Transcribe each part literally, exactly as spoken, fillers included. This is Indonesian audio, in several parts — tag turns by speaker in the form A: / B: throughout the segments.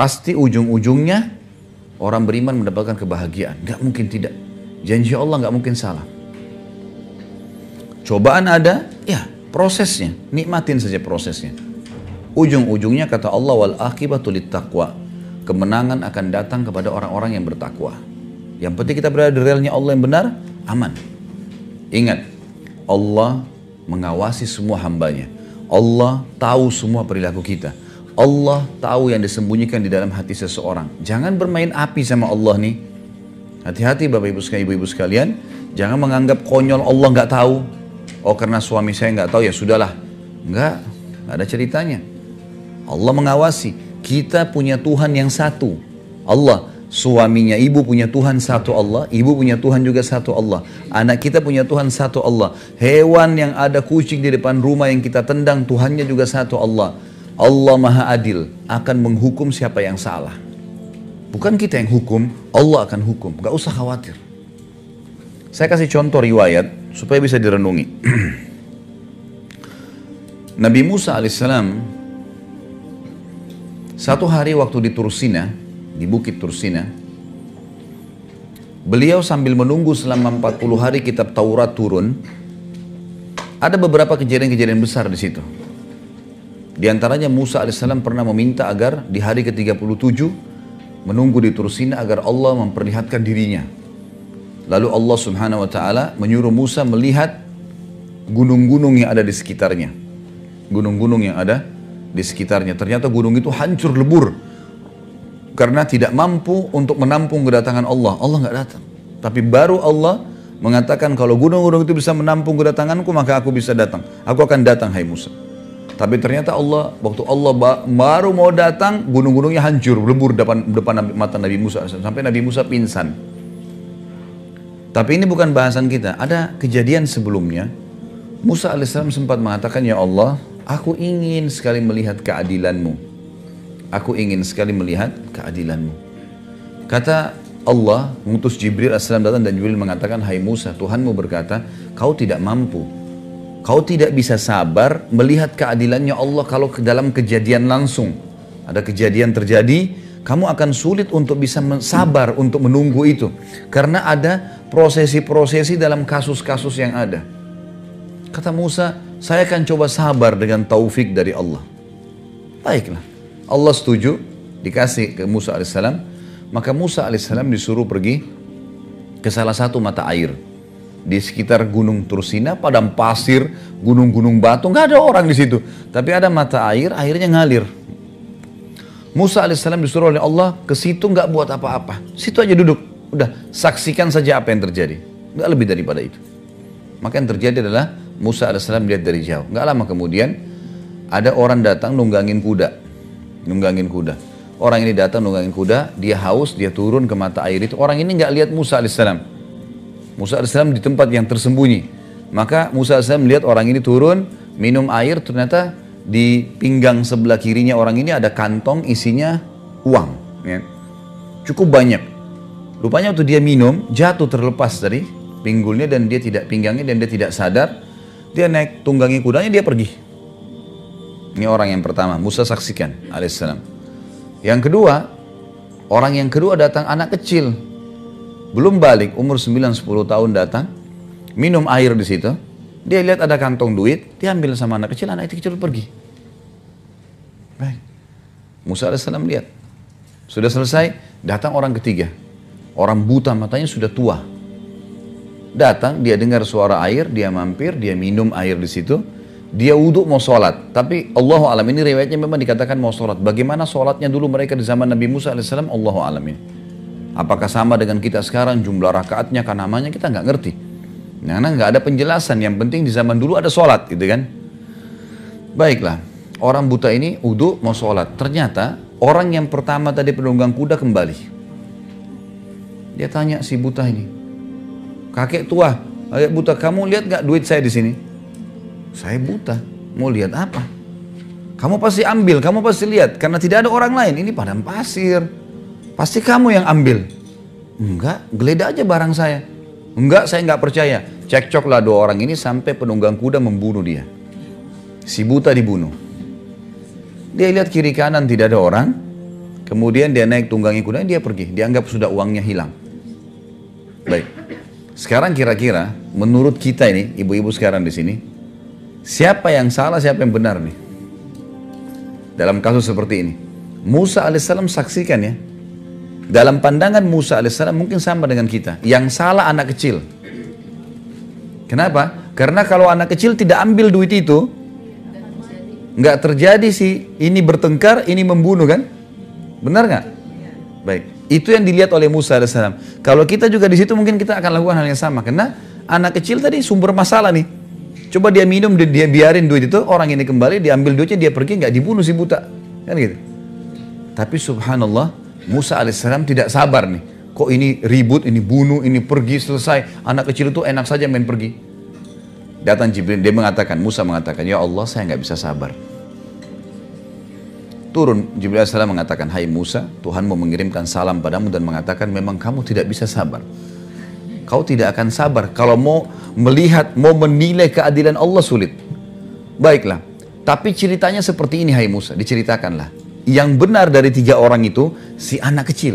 A: Pasti ujung-ujungnya orang beriman mendapatkan kebahagiaan. Gak mungkin tidak. Janji Allah gak mungkin salah. Cobaan ada, ya prosesnya. Nikmatin saja prosesnya. Ujung-ujungnya kata Allah, wal akibatu littaqwa. Kemenangan akan datang kepada orang-orang yang bertakwa. Yang penting kita berada di relnya Allah yang benar, aman. Ingat, Allah mengawasi semua hambanya. Allah tahu semua perilaku kita. Allah tahu yang disembunyikan di dalam hati seseorang. Jangan bermain api sama Allah nih. Hati-hati Bapak Ibu sekalian, Ibu-Ibu sekalian. Jangan menganggap konyol Allah nggak tahu. Oh karena suami saya nggak tahu ya sudahlah. Enggak, nggak ada ceritanya. Allah mengawasi. Kita punya Tuhan yang satu. Allah. Suaminya ibu punya Tuhan satu Allah, ibu punya Tuhan juga satu Allah. Anak kita punya Tuhan satu Allah. Hewan yang ada kucing di depan rumah yang kita tendang, Tuhannya juga satu Allah. Allah Maha Adil, akan menghukum siapa yang salah. Bukan kita yang hukum, Allah akan hukum. Gak usah khawatir. Saya kasih contoh riwayat supaya bisa direnungi. Nabi Musa alaihissalam satu hari waktu di Tursina, di Bukit Tursina, beliau sambil menunggu selama empat puluh hari kitab Taurat turun. Ada beberapa kejadian-kejadian besar di situ. Di antaranya Musa alaihissalam pernah meminta agar di hari ke tiga puluh tujuh menunggu di Tursina agar Allah memperlihatkan dirinya. Lalu Allah subhanahu wa ta'ala menyuruh Musa melihat gunung-gunung yang ada di sekitarnya. Gunung-gunung yang ada di sekitarnya. Ternyata gunung itu hancur lebur. Karena tidak mampu untuk menampung kedatangan Allah. Allah nggak datang. Tapi baru Allah mengatakan kalau gunung-gunung itu bisa menampung kedatanganku maka aku bisa datang. Aku akan datang hai Musa. Tapi ternyata Allah, waktu Allah baru mau datang, gunung-gunungnya hancur, lebur depan, depan mata Nabi Musa. Sampai Nabi Musa pingsan. Tapi ini bukan bahasan kita. Ada kejadian sebelumnya. Musa alaihissalam sempat mengatakan, ya Allah, aku ingin sekali melihat keadilanmu. Aku ingin sekali melihat keadilanmu. Kata Allah, mengutus Jibril alaihissalam datang dan Jibril mengatakan, hai Musa, Tuhanmu berkata, kau tidak mampu. Kau tidak bisa sabar melihat keadilannya Allah kalau ke dalam kejadian langsung. Ada kejadian terjadi, kamu akan sulit untuk bisa sabar untuk menunggu itu. Karena ada prosesi-prosesi dalam kasus-kasus yang ada. Kata Musa, saya akan coba sabar dengan taufik dari Allah. Baiklah. Allah setuju, dikasih ke Musa alaihissalam. Maka Musa alaihissalam disuruh pergi ke salah satu mata air. Di sekitar gunung Tursina, padang pasir, gunung-gunung batu, nggak ada orang di situ. Tapi ada mata air, airnya ngalir. Musa alaihissalam disuruh oleh Allah ke situ nggak buat apa-apa. Situ aja duduk, udah saksikan saja apa yang terjadi. Nggak lebih daripada itu. Maka yang terjadi adalah Musa alaihissalam lihat dari jauh. Nggak lama kemudian ada orang datang nunggangin kuda. Nunggangin kuda. Orang ini datang nunggangin kuda, dia haus, dia turun ke mata air itu. Orang ini nggak lihat Musa alaihissalam. Musa alaihissalam di tempat yang tersembunyi. Maka Musa alaihissalam melihat orang ini turun, minum air, ternyata di pinggang sebelah kirinya orang ini ada kantong isinya uang. Ya. Cukup banyak. Rupanya waktu dia minum, jatuh terlepas dari pinggulnya dan dia tidak pinggangnya dan dia tidak sadar. Dia naik tunggangi kudanya, dia pergi. Ini orang yang pertama, Musa saksikan alaihissalam. Yang kedua, orang yang kedua datang anak kecil. Belum balik, umur sembilan sepuluh tahun datang. Minum air di situ. Dia lihat ada kantong duit, dia ambil sama anak kecil, anak itu kecil pergi. Baik. Musa alaihissalam lihat. Sudah selesai, datang orang ketiga. Orang buta matanya sudah tua. Datang, dia dengar suara air, dia mampir, dia minum air di situ. Dia wudhu mau sholat, tapi Allahu alam, ini riwayatnya memang dikatakan mau sholat. Bagaimana sholatnya dulu mereka di zaman Nabi Musa alaihissalam, Allahu alam ini. Apakah sama dengan kita sekarang, jumlah rakaatnya, kan namanya kita nggak ngerti. Karena nggak ada penjelasan, yang penting di zaman dulu ada sholat gitu kan. Baiklah, orang buta ini wudhu mau sholat. Ternyata orang yang pertama tadi penunggang kuda kembali. Dia tanya si buta ini, kakek tua, kakek buta, kamu lihat nggak duit saya di sini? Saya buta, mau lihat apa? Kamu pasti ambil, kamu pasti lihat, karena tidak ada orang lain. Ini padang pasir, pasti kamu yang ambil. Enggak, geledah aja barang saya. Enggak, saya nggak percaya. Cekcoklah dua orang ini sampai penunggang kuda membunuh dia. Si buta dibunuh. Dia lihat kiri kanan tidak ada orang. kemudian dia naik tunggangi kuda, dia pergi. Dianggap sudah uangnya hilang. Baik. Sekarang kira-kira menurut kita ini, ibu-ibu sekarang di sini, siapa yang salah, siapa yang benar nih? Dalam kasus seperti ini. Musa alaihissalam saksikan ya. Dalam pandangan Musa alaihissalam mungkin sama dengan kita. Yang salah anak kecil. Kenapa? Karena kalau anak kecil tidak ambil duit itu, nggak terjadi sih ini bertengkar, ini membunuh kan? Benar nggak? Baik. Itu yang dilihat oleh Musa alaihissalam. Kalau kita juga di situ mungkin kita akan lakukan hal yang sama. Karena anak kecil tadi sumber masalah nih. Coba dia minum, dia, dia biarin duit itu, orang ini kembali, diambil duitnya, dia pergi, nggak dibunuh si buta. Kan gitu. Tapi subhanallah, Musa alaihissalam tidak sabar nih. Kok ini ribut, ini bunuh, ini pergi, selesai. Anak kecil itu enak saja main pergi. Datang Jibril, dia mengatakan, Musa mengatakan, ya Allah saya nggak bisa sabar. Turun, Jibril alaihissalam mengatakan, hai Musa, Tuhan mau mengirimkan salam padamu dan mengatakan, memang kamu tidak bisa sabar. Kau tidak akan sabar. Kalau mau melihat, mau menilai keadilan Allah sulit. Baiklah, tapi ceritanya seperti ini, hai Musa, diceritakanlah. Yang benar dari tiga orang itu, si anak kecil.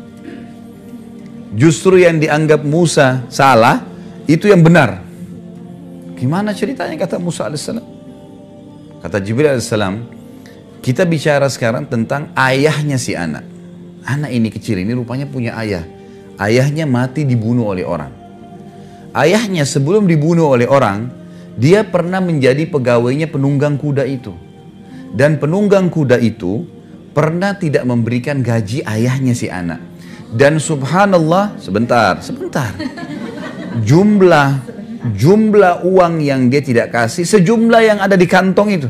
A: Justru yang dianggap Musa salah, itu yang benar. Gimana ceritanya, kata Musa alaihissalam? Kata Jibril alaihissalam, kita bicara sekarang tentang ayahnya si anak. Anak ini kecil ini rupanya punya ayah. Ayahnya mati dibunuh oleh orang. Ayahnya sebelum dibunuh oleh orang, dia pernah menjadi pegawainya penunggang kuda itu. Dan penunggang kuda itu pernah tidak memberikan gaji ayahnya si anak. Dan subhanallah, sebentar, sebentar. Jumlah, jumlah uang yang dia tidak kasih, sejumlah yang ada di kantong itu.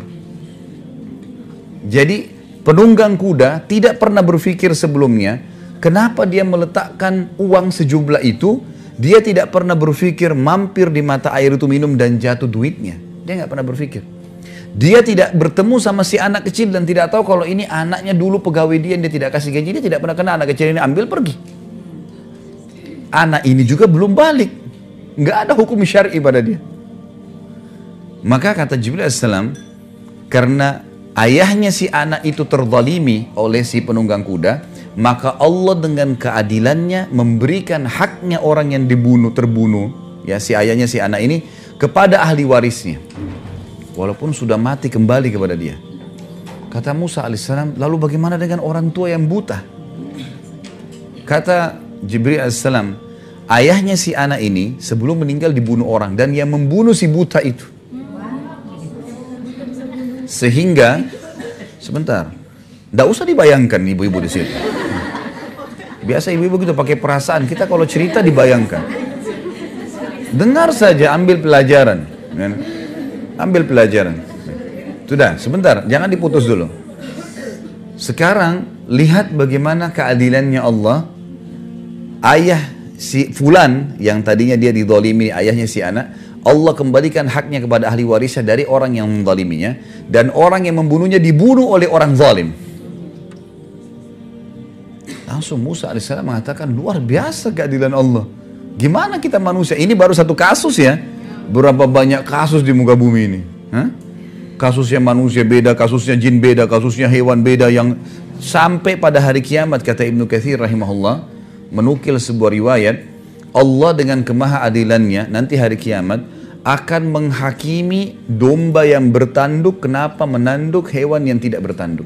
A: Jadi penunggang kuda tidak pernah berpikir sebelumnya, kenapa dia meletakkan uang sejumlah itu. Dia tidak pernah berpikir mampir di mata air itu minum dan jatuh duitnya. Dia nggak pernah berpikir. Dia tidak bertemu sama si anak kecil dan tidak tahu kalau ini anaknya dulu pegawai dia, dia tidak kasih gaji. Dia tidak pernah kena anak kecil ini ambil pergi. Anak ini juga belum balik. Nggak ada hukum syar'i pada dia. Maka kata Jibril alaihissalam, karena ayahnya si anak itu terzalimi oleh si penunggang kuda, maka Allah dengan keadilannya memberikan haknya orang yang dibunuh, terbunuh, ya si ayahnya si anak ini, kepada ahli warisnya. Walaupun sudah mati kembali kepada dia. Kata Musa alaihissalam, lalu bagaimana dengan orang tua yang buta? Kata Jibril alaihissalam, ayahnya si anak ini sebelum meninggal dibunuh orang, dan yang membunuh si buta itu. Sehingga, sebentar, tidak usah dibayangkan ibu-ibu di sini. Biasa ibu-ibu gitu pakai perasaan, kita kalau cerita dibayangkan. Dengar saja, ambil pelajaran. Ambil pelajaran. Sudah, sebentar, jangan diputus dulu. Sekarang, lihat bagaimana keadilannya Allah. Ayah si fulan, yang tadinya dia dizalimi, ayahnya si anak, Allah kembalikan haknya kepada ahli warisnya dari orang yang menzaliminya, dan orang yang membunuhnya dibunuh oleh orang zalim. Langsung Musa alaihissalam mengatakan, luar biasa keadilan Allah. Gimana kita manusia? Ini baru satu kasus ya. Berapa banyak kasus di muka bumi ini? Hah? Kasusnya manusia beda, kasusnya jin beda, kasusnya hewan beda, yang sampai pada hari kiamat, kata Ibnu Katsir rahimahullah, menukil sebuah riwayat, Allah dengan kemahaadilannya nanti hari kiamat akan menghakimi domba yang bertanduk kenapa menanduk hewan yang tidak bertanduk.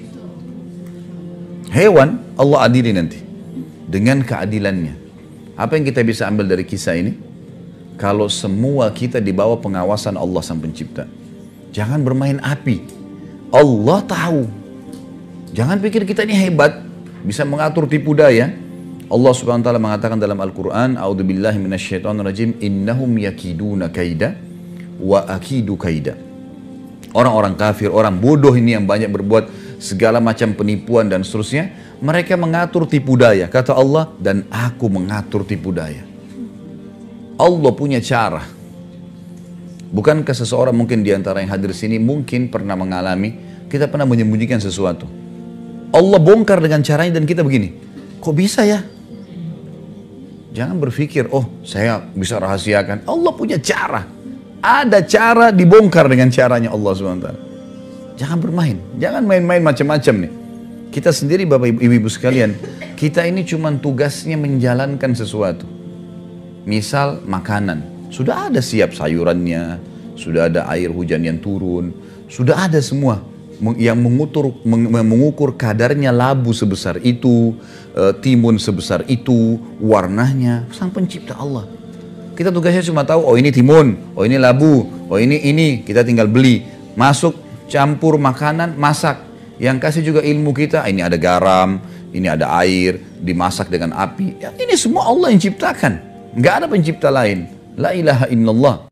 A: Hewan Allah adili nanti dengan keadilannya. Apa yang kita bisa ambil dari kisah ini? Kalau semua kita di bawah pengawasan Allah Sang Pencipta, jangan bermain api. Allah tahu. Jangan pikir kita ini hebat, bisa mengatur tipu daya. Allah Subhanahu wa taala mengatakan dalam Al-Qur'an, a'udzubillahi minasyaitonirrajim, innahum yakiduna kaida wa akidu kaida. Orang-orang kafir, orang bodoh ini yang banyak berbuat segala macam penipuan dan seterusnya, mereka mengatur tipu daya. Kata Allah, dan aku mengatur tipu daya. Allah punya cara. Bukankah seseorang mungkin di antara yang hadir sini mungkin pernah mengalami, kita pernah menyembunyikan sesuatu. Allah bongkar dengan caranya dan kita begini, kok bisa ya? Jangan berpikir, oh saya bisa rahasiakan. Allah punya cara. Ada cara dibongkar dengan caranya Allah subhanahu wa taala. Jangan bermain, jangan main-main macam-macam nih. Kita sendiri Bapak Ibu-Ibu sekalian, kita ini cuma tugasnya menjalankan sesuatu. Misal makanan, sudah ada siap sayurannya, sudah ada air hujan yang turun, sudah ada semua. Yang mengukur, mengukur kadarnya labu sebesar itu, timun sebesar itu, warnanya, sang pencipta Allah. Kita tugasnya cuma tahu, oh ini timun, oh ini labu, oh ini ini, kita tinggal beli, masuk, campur makanan, masak. Yang kasih juga ilmu kita, ini ada garam, ini ada air, dimasak dengan api. Ya, ini semua Allah yang ciptakan. Nggak ada pencipta lain. La ilaha illallah.